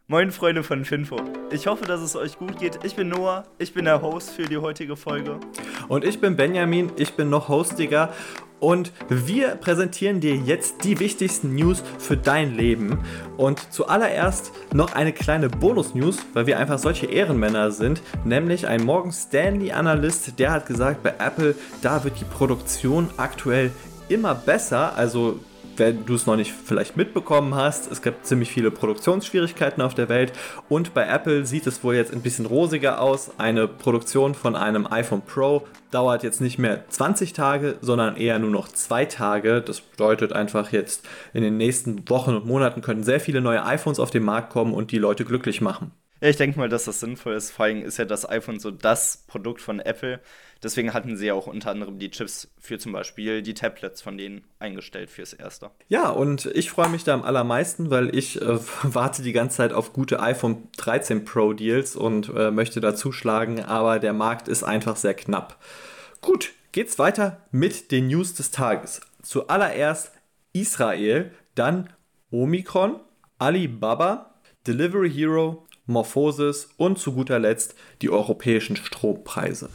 Moin Freunde von Finfo. Ich hoffe, dass es euch gut geht. Ich bin Noah, ich bin der Host für die heutige Folge. Und ich bin Benjamin, ich bin noch Hostiger. Und wir präsentieren dir jetzt die wichtigsten News für dein Leben. Und zuallererst noch eine kleine Bonus-News, weil wir einfach solche Ehrenmänner sind. Nämlich ein Morgan Stanley-Analyst, der hat gesagt, bei Apple, da wird die Produktion aktuell immer besser. Also wenn du es noch nicht vielleicht mitbekommen hast, es gibt ziemlich viele Produktionsschwierigkeiten auf der Welt und bei Apple sieht es wohl jetzt ein bisschen rosiger aus. Eine Produktion von einem iPhone Pro dauert jetzt nicht mehr 20 Tage, sondern eher nur noch 2 Tage. Das bedeutet einfach jetzt, in den nächsten Wochen und Monaten können sehr viele neue iPhones auf den Markt kommen und die Leute glücklich machen. Ja, ich denke mal, dass das sinnvoll ist. Vor allem ist ja das iPhone so das Produkt von Apple. Deswegen hatten sie ja auch unter anderem die Chips für zum Beispiel die Tablets von denen eingestellt fürs Erste. Ja, und ich freue mich da am allermeisten, weil ich warte die ganze Zeit auf gute iPhone 13 Pro Deals und möchte da zuschlagen, aber der Markt ist einfach sehr knapp. Gut, geht's weiter mit den News des Tages. Zuallererst Israel, dann Omikron, Alibaba, Delivery Hero, Morphosis und zu guter Letzt die europäischen Strompreise.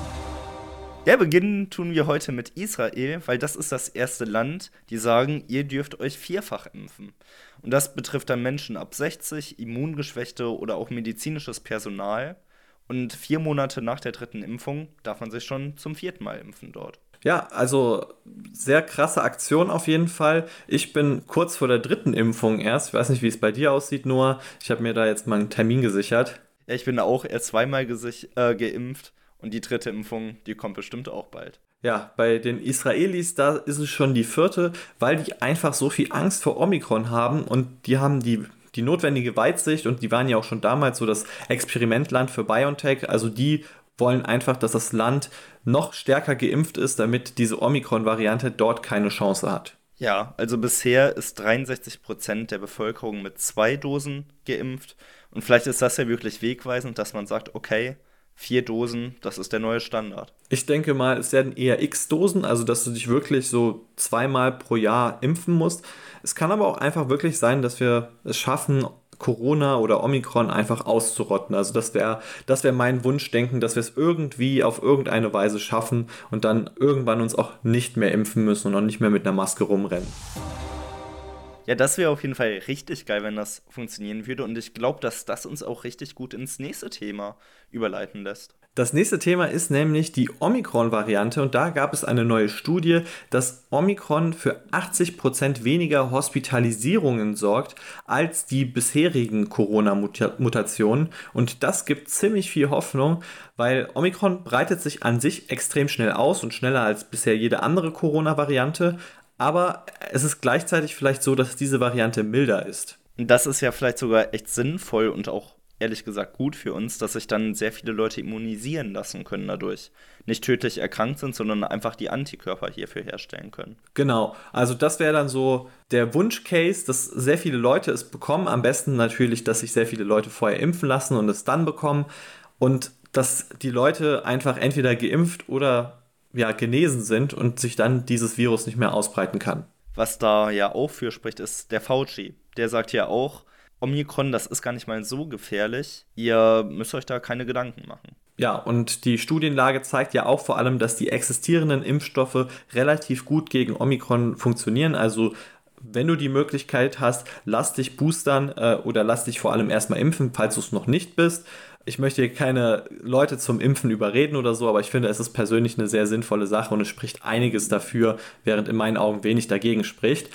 Ja, beginnen tun wir heute mit Israel, weil das ist das erste Land, die sagen, ihr dürft euch 4-fach impfen. Und das betrifft dann Menschen ab 60, Immungeschwächte oder auch medizinisches Personal. Und 4 Monate nach der 3. Impfung darf man sich schon zum 4. Mal impfen dort. Ja, also sehr krasse Aktion auf jeden Fall. Ich bin kurz vor der 3. Impfung erst. Ich weiß nicht, wie es bei dir aussieht, Noah. Ich habe mir da jetzt mal einen Termin gesichert. Ja, ich bin auch erst 2-mal geimpft. Und die 3. Impfung, die kommt bestimmt auch bald. Ja, bei den Israelis, da ist es schon die 4., weil die einfach so viel Angst vor Omikron haben und die haben die notwendige Weitsicht und die waren ja auch schon damals so das Experimentland für BioNTech. Also die wollen einfach, dass das Land noch stärker geimpft ist, damit diese Omikron-Variante dort keine Chance hat. Ja, also bisher ist 63% der Bevölkerung mit 2 Dosen geimpft. Und vielleicht ist das ja wirklich wegweisend, dass man sagt, okay, 4 Dosen, das ist der neue Standard. Ich denke mal, es werden eher X-Dosen, also dass du dich wirklich so 2-mal pro Jahr impfen musst. Es kann aber auch einfach wirklich sein, dass wir es schaffen, Corona oder Omikron einfach auszurotten. Also das wär mein Wunschdenken, dass wir es irgendwie auf irgendeine Weise schaffen und dann irgendwann uns auch nicht mehr impfen müssen und auch nicht mehr mit einer Maske rumrennen. Ja, das wäre auf jeden Fall richtig geil, wenn das funktionieren würde. Und ich glaube, dass das uns auch richtig gut ins nächste Thema überleiten lässt. Das nächste Thema ist nämlich die Omikron-Variante und da gab es eine neue Studie, dass Omikron für 80% weniger Hospitalisierungen sorgt als die bisherigen Corona-Mutationen und das gibt ziemlich viel Hoffnung, weil Omikron breitet sich an sich extrem schnell aus und schneller als bisher jede andere Corona-Variante, aber es ist gleichzeitig vielleicht so, dass diese Variante milder ist. Und das ist ja vielleicht sogar echt sinnvoll und auch ehrlich gesagt gut für uns, dass sich dann sehr viele Leute immunisieren lassen können dadurch. Nicht tödlich erkrankt sind, sondern einfach die Antikörper hierfür herstellen können. Genau, also das wäre dann so der Wunschcase, dass sehr viele Leute es bekommen. Am besten natürlich, dass sich sehr viele Leute vorher impfen lassen und es dann bekommen. Und dass die Leute einfach entweder geimpft oder genesen sind und sich dann dieses Virus nicht mehr ausbreiten kann. Was da ja auch für spricht, ist der Fauci. Der sagt ja auch, Omikron, das ist gar nicht mal so gefährlich. Ihr müsst euch da keine Gedanken machen. Ja, und die Studienlage zeigt ja auch vor allem, dass die existierenden Impfstoffe relativ gut gegen Omikron funktionieren. Also wenn du die Möglichkeit hast, lass dich boostern oder lass dich vor allem erstmal impfen, falls du es noch nicht bist. Ich möchte hier keine Leute zum Impfen überreden oder so, aber ich finde, es ist persönlich eine sehr sinnvolle Sache und es spricht einiges dafür, während in meinen Augen wenig dagegen spricht.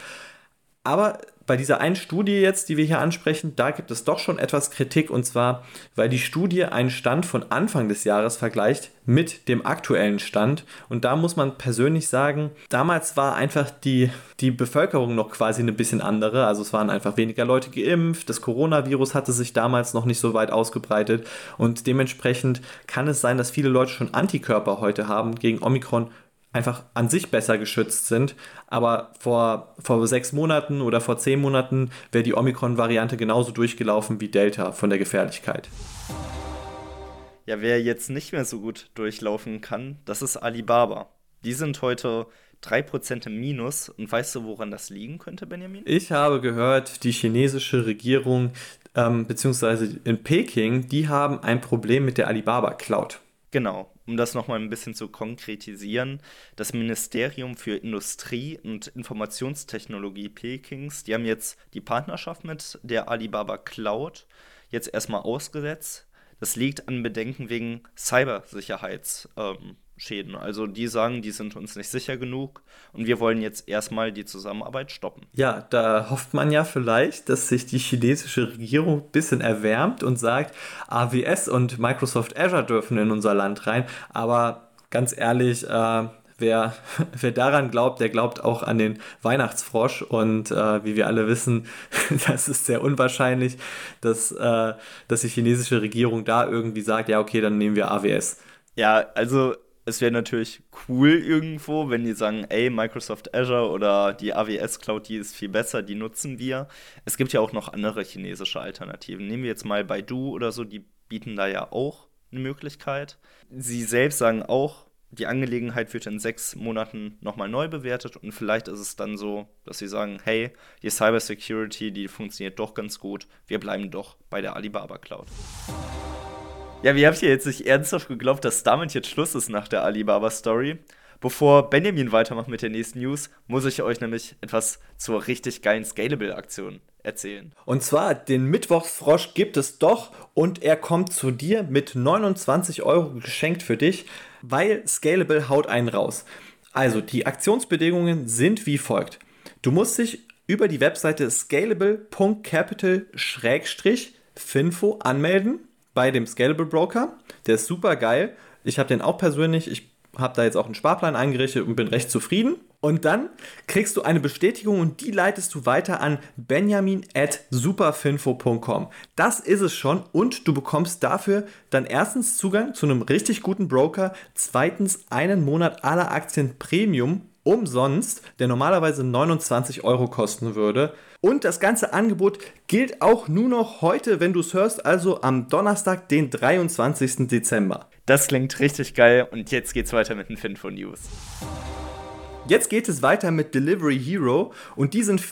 Aber bei dieser einen Studie jetzt, die wir hier ansprechen, da gibt es doch schon etwas Kritik und zwar, weil die Studie einen Stand von Anfang des Jahres vergleicht mit dem aktuellen Stand und da muss man persönlich sagen, damals war einfach die Bevölkerung noch quasi ein bisschen andere, also es waren einfach weniger Leute geimpft, das Coronavirus hatte sich damals noch nicht so weit ausgebreitet und dementsprechend kann es sein, dass viele Leute schon Antikörper heute haben gegen Omikron, einfach an sich besser geschützt sind. Aber vor 6 Monaten oder vor 10 Monaten wäre die Omikron-Variante genauso durchgelaufen wie Delta von der Gefährlichkeit. Ja, wer jetzt nicht mehr so gut durchlaufen kann, das ist Alibaba. Die sind heute 3% im Minus. Und weißt du, woran das liegen könnte, Benjamin? Ich habe gehört, die chinesische Regierung beziehungsweise in Peking, die haben ein Problem mit der Alibaba Cloud. Genau, um das nochmal ein bisschen zu konkretisieren, das Ministerium für Industrie und Informationstechnologie Pekings, die haben jetzt die Partnerschaft mit der Alibaba Cloud jetzt erstmal ausgesetzt. Das liegt an Bedenken wegen Cybersicherheitsschäden. Also die sagen, die sind uns nicht sicher genug und wir wollen jetzt erstmal die Zusammenarbeit stoppen. Ja, da hofft man ja vielleicht, dass sich die chinesische Regierung ein bisschen erwärmt und sagt, AWS und Microsoft Azure dürfen in unser Land rein. Aber ganz ehrlich, wer daran glaubt, der glaubt auch an den Weihnachtsfrosch. Und wie wir alle wissen, das ist sehr unwahrscheinlich, dass die chinesische Regierung da irgendwie sagt, ja okay, dann nehmen wir AWS. Ja, also es wäre natürlich cool irgendwo, wenn die sagen, ey, Microsoft Azure oder die AWS Cloud, die ist viel besser, die nutzen wir. Es gibt ja auch noch andere chinesische Alternativen. Nehmen wir jetzt mal Baidu oder so, die bieten da ja auch eine Möglichkeit. Sie selbst sagen auch, die Angelegenheit wird in 6 Monaten nochmal neu bewertet und vielleicht ist es dann so, dass sie sagen, hey, die Cybersecurity, die funktioniert doch ganz gut, wir bleiben doch bei der Alibaba Cloud. Ja, wie habt ihr jetzt nicht ernsthaft geglaubt, dass damit jetzt Schluss ist nach der Alibaba-Story? Bevor Benjamin weitermacht mit der nächsten News, muss ich euch nämlich etwas zur richtig geilen Scalable-Aktion erzählen. Und zwar, den Mittwochsfrosch gibt es doch und er kommt zu dir mit 29 € geschenkt für dich, weil Scalable haut einen raus. Also, die Aktionsbedingungen sind wie folgt. Du musst dich über die Webseite scalable.capital/finfo anmelden bei dem Scalable Broker. Der ist super geil. Ich habe den auch persönlich. Ich habe da jetzt auch einen Sparplan eingerichtet und bin recht zufrieden. Und dann kriegst du eine Bestätigung und die leitest du weiter an benjamin@superfinfo.com. Das ist es schon und du bekommst dafür dann erstens Zugang zu einem richtig guten Broker, zweitens einen Monat aller Aktien Premium umsonst, der normalerweise 29 € kosten würde. Und das ganze Angebot gilt auch nur noch heute, wenn du es hörst, also am Donnerstag, den 23. Dezember. Das klingt richtig geil und jetzt geht's weiter mit den Finfo-News. Jetzt geht es weiter mit Delivery Hero und die sind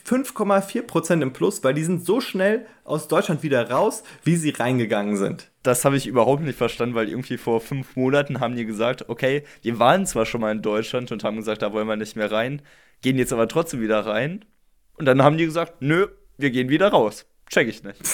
5,4% im Plus, weil die sind so schnell aus Deutschland wieder raus, wie sie reingegangen sind. Das habe ich überhaupt nicht verstanden, weil irgendwie vor 5 Monaten haben die gesagt, okay, wir waren zwar schon mal in Deutschland und haben gesagt, da wollen wir nicht mehr rein, gehen jetzt aber trotzdem wieder rein. Und dann haben die gesagt, nö, wir gehen wieder raus. Check ich nicht.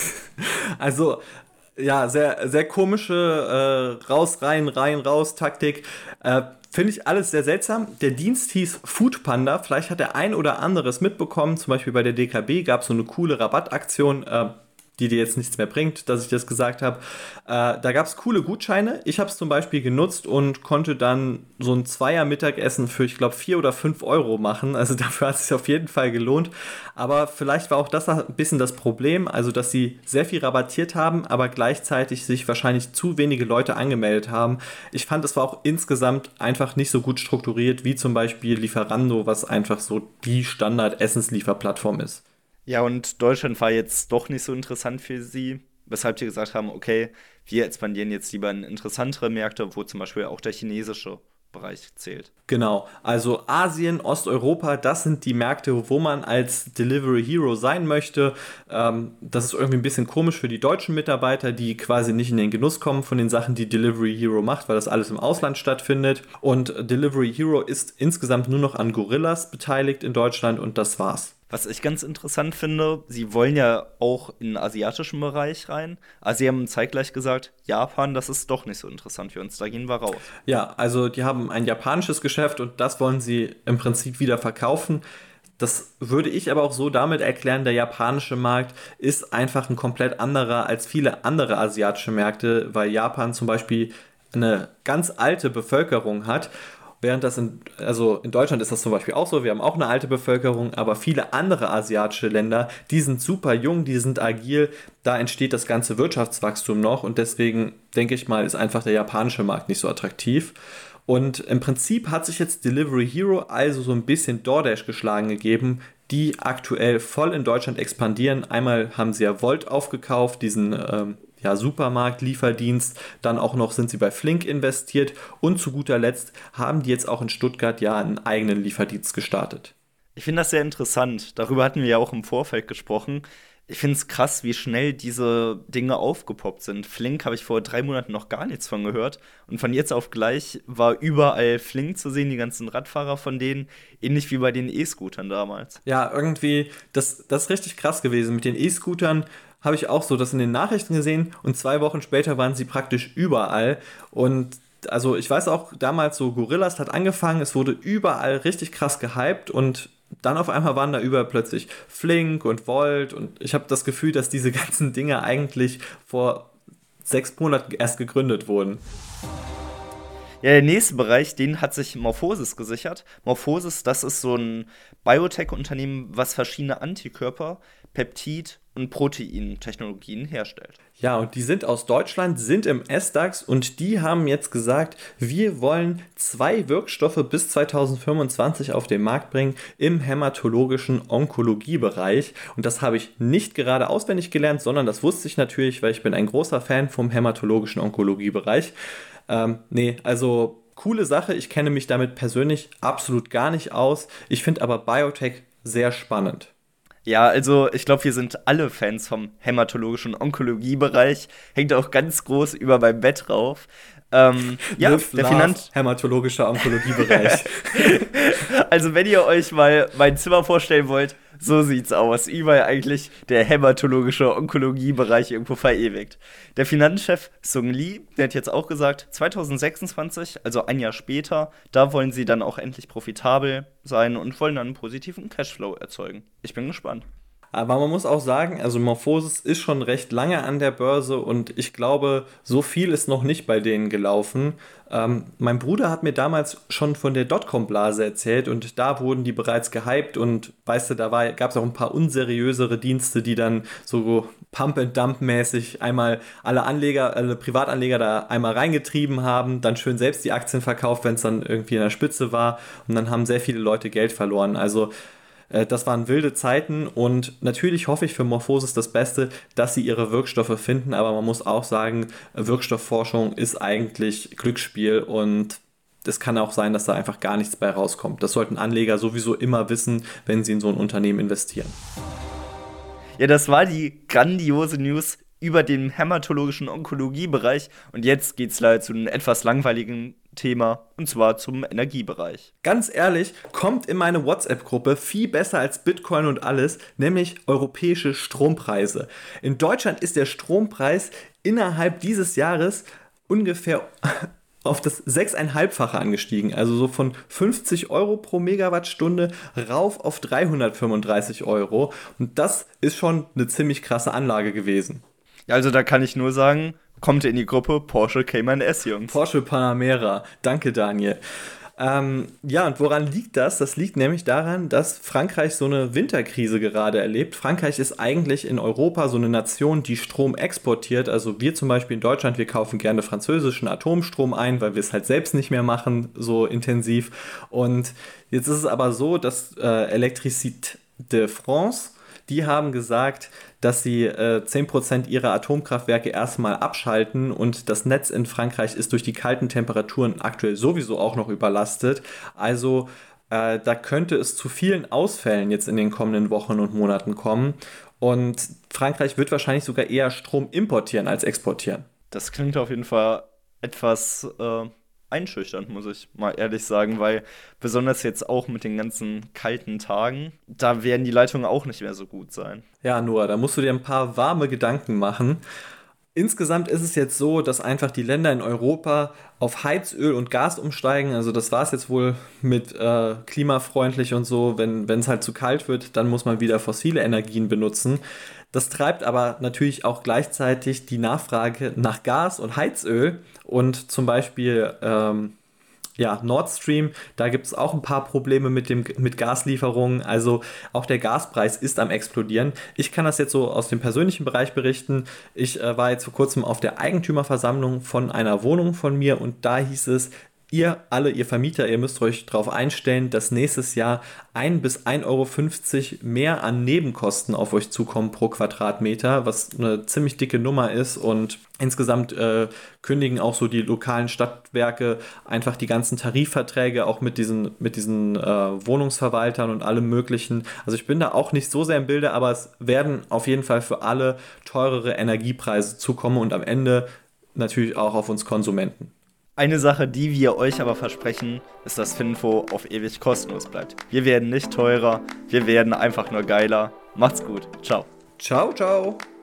Also, ja, sehr, sehr komische raus, rein, raus Taktik. Finde ich alles sehr seltsam. Der Dienst hieß Foodpanda. Vielleicht hat der ein oder andere es mitbekommen. Zum Beispiel bei der DKB gab es so eine coole Rabattaktion, die dir jetzt nichts mehr bringt, dass ich das gesagt habe. Da gab es coole Gutscheine. Ich habe es zum Beispiel genutzt und konnte dann so ein Zweier-Mittagessen für, ich glaube, 4 oder 5 € machen. Also dafür hat es sich auf jeden Fall gelohnt. Aber vielleicht war auch das ein bisschen das Problem, also dass sie sehr viel rabattiert haben, aber gleichzeitig sich wahrscheinlich zu wenige Leute angemeldet haben. Ich fand, es war auch insgesamt einfach nicht so gut strukturiert, wie zum Beispiel Lieferando, was einfach so die Standard-Essenslieferplattform ist. Ja, und Deutschland war jetzt doch nicht so interessant für sie, weshalb die gesagt haben, okay, wir expandieren jetzt lieber in interessantere Märkte, wo zum Beispiel auch der chinesische Bereich zählt. Genau, also Asien, Osteuropa, das sind die Märkte, wo man als Delivery Hero sein möchte. Das ist irgendwie ein bisschen komisch für die deutschen Mitarbeiter, die quasi nicht in den Genuss kommen von den Sachen, die Delivery Hero macht, weil das alles im Ausland stattfindet. Und Delivery Hero ist insgesamt nur noch an Gorillas beteiligt in Deutschland und das war's. Was ich ganz interessant finde, sie wollen ja auch in den asiatischen Bereich rein. Aber sie haben zeitgleich gesagt, Japan, das ist doch nicht so interessant für uns, da gehen wir raus. Ja, also die haben ein japanisches Geschäft und das wollen sie im Prinzip wieder verkaufen. Das würde ich aber auch so damit erklären, der japanische Markt ist einfach ein komplett anderer als viele andere asiatische Märkte, weil Japan zum Beispiel eine ganz alte Bevölkerung hat. Während das in Deutschland ist das zum Beispiel auch so, wir haben auch eine alte Bevölkerung, aber viele andere asiatische Länder, die sind super jung, die sind agil, da entsteht das ganze Wirtschaftswachstum noch und deswegen denke ich mal, ist einfach der japanische Markt nicht so attraktiv. Und im Prinzip hat sich jetzt Delivery Hero also so ein bisschen DoorDash geschlagen gegeben, die aktuell voll in Deutschland expandieren. Einmal haben sie ja Volt aufgekauft, diesen Supermarkt-Lieferdienst, dann auch noch sind sie bei Flink investiert und zu guter Letzt haben die jetzt auch in Stuttgart ja einen eigenen Lieferdienst gestartet. Ich finde das sehr interessant. Darüber hatten wir ja auch im Vorfeld gesprochen. Ich finde es krass, wie schnell diese Dinge aufgepoppt sind. Flink habe ich vor 3 Monaten noch gar nichts von gehört. Und von jetzt auf gleich war überall Flink zu sehen, die ganzen Radfahrer von denen, ähnlich wie bei den E-Scootern damals. Ja, irgendwie, das ist richtig krass gewesen. Mit den E-Scootern habe ich auch so das in den Nachrichten gesehen und 2 Wochen später waren sie praktisch überall. Und also ich weiß auch, damals so Gorillas hat angefangen, es wurde überall richtig krass gehypt und dann auf einmal waren da überall plötzlich Flink und Volt und ich habe das Gefühl, dass diese ganzen Dinge eigentlich vor 6 Monaten erst gegründet wurden. Ja, der nächste Bereich, den hat sich MorphoSys gesichert. MorphoSys, das ist so ein Biotech-Unternehmen, was verschiedene Antikörper, Peptid- und Proteintechnologien herstellt. Ja, und die sind aus Deutschland, sind im SDAX und die haben jetzt gesagt, wir wollen 2 Wirkstoffe bis 2025 auf den Markt bringen im hämatologischen Onkologiebereich. Und das habe ich nicht gerade auswendig gelernt, sondern das wusste ich natürlich, weil ich bin ein großer Fan vom hämatologischen Onkologiebereich. Nee, also coole Sache, ich kenne mich damit persönlich absolut gar nicht aus. Ich finde aber Biotech sehr spannend. Ja, also ich glaube, wir sind alle Fans vom hämatologischen Onkologiebereich. Hängt auch ganz groß über meinem Bett drauf. Ja, Live, der Love, hämatologischer Onkologiebereich. Also, wenn ihr euch mal mein Zimmer vorstellen wollt, so sieht's aus. Überall eigentlich der hämatologische Onkologiebereich irgendwo verewigt. Der Finanzchef Sung Lee, der hat jetzt auch gesagt, 2026, also ein Jahr später, da wollen sie dann auch endlich profitabel sein und wollen dann einen positiven Cashflow erzeugen. Ich bin gespannt. Aber man muss auch sagen, also MorphoSys ist schon recht lange an der Börse und ich glaube, so viel ist noch nicht bei denen gelaufen. Mein Bruder hat mir damals schon von der Dotcom-Blase erzählt und da wurden die bereits gehypt und weißt du, gab es auch ein paar unseriösere Dienste, die dann so Pump-and-Dump-mäßig einmal alle Privatanleger da einmal reingetrieben haben, dann schön selbst die Aktien verkauft, wenn es dann irgendwie in der Spitze war und dann haben sehr viele Leute Geld verloren. Also das waren wilde Zeiten und natürlich hoffe ich für MorphoSys das Beste, dass sie ihre Wirkstoffe finden, aber man muss auch sagen, Wirkstoffforschung ist eigentlich Glücksspiel und es kann auch sein, dass da einfach gar nichts bei rauskommt. Das sollten Anleger sowieso immer wissen, wenn sie in so ein Unternehmen investieren. Ja, das war die grandiose News über den hämatologischen Onkologiebereich und jetzt geht's leider zu einem etwas langweiligen Thema, und zwar zum Energiebereich. Ganz ehrlich, kommt in meine WhatsApp-Gruppe viel besser als Bitcoin und alles, nämlich europäische Strompreise. In Deutschland ist der Strompreis innerhalb dieses Jahres ungefähr auf das 6,5-fache angestiegen, also so von 50 Euro pro Megawattstunde rauf auf 335 Euro und das ist schon eine ziemlich krasse Anlage gewesen. Ja, also da kann ich nur sagen, kommt in die Gruppe Porsche Cayman S, Jungs. Porsche Panamera, danke Daniel. Ja, und woran liegt das? Das liegt nämlich daran, dass Frankreich so eine Winterkrise gerade erlebt. Frankreich ist eigentlich in Europa so eine Nation, die Strom exportiert. Also wir zum Beispiel in Deutschland, wir kaufen gerne französischen Atomstrom ein, weil wir es halt selbst nicht mehr machen, so intensiv. Und jetzt ist es aber so, dass Électricité de France, die haben gesagt, dass sie 10% ihrer Atomkraftwerke erstmal abschalten und das Netz in Frankreich ist durch die kalten Temperaturen aktuell sowieso auch noch überlastet. Also da könnte es zu vielen Ausfällen jetzt in den kommenden Wochen und Monaten kommen und Frankreich wird wahrscheinlich sogar eher Strom importieren als exportieren. Das klingt auf jeden Fall etwas einschüchternd, muss ich mal ehrlich sagen, weil besonders jetzt auch mit den ganzen kalten Tagen, da werden die Leitungen auch nicht mehr so gut sein. Ja, Noah, da musst du dir ein paar warme Gedanken machen. Insgesamt ist es jetzt so, dass einfach die Länder in Europa auf Heizöl und Gas umsteigen. Also das war es jetzt wohl mit klimafreundlich und so. Wenn es halt zu kalt wird, dann muss man wieder fossile Energien benutzen. Das treibt aber natürlich auch gleichzeitig die Nachfrage nach Gas und Heizöl. Und zum Beispiel Nord Stream, da gibt es auch ein paar Probleme mit Gaslieferungen. Also auch der Gaspreis ist am explodieren. Ich kann das jetzt so aus dem persönlichen Bereich berichten. Ich war jetzt vor kurzem auf der Eigentümerversammlung von einer Wohnung von mir und da hieß es, ihr Vermieter, ihr müsst euch darauf einstellen, dass nächstes Jahr 1 bis 1,50 € mehr an Nebenkosten auf euch zukommen pro Quadratmeter, was eine ziemlich dicke Nummer ist. Und insgesamt kündigen auch so die lokalen Stadtwerke einfach die ganzen Tarifverträge auch mit diesen Wohnungsverwaltern und allem Möglichen. Also ich bin da auch nicht so sehr im Bilde, aber es werden auf jeden Fall für alle teurere Energiepreise zukommen und am Ende natürlich auch auf uns Konsumenten. Eine Sache, die wir euch aber versprechen, ist, dass Finfo auf ewig kostenlos bleibt. Wir werden nicht teurer, wir werden einfach nur geiler. Macht's gut. Ciao. Ciao, ciao.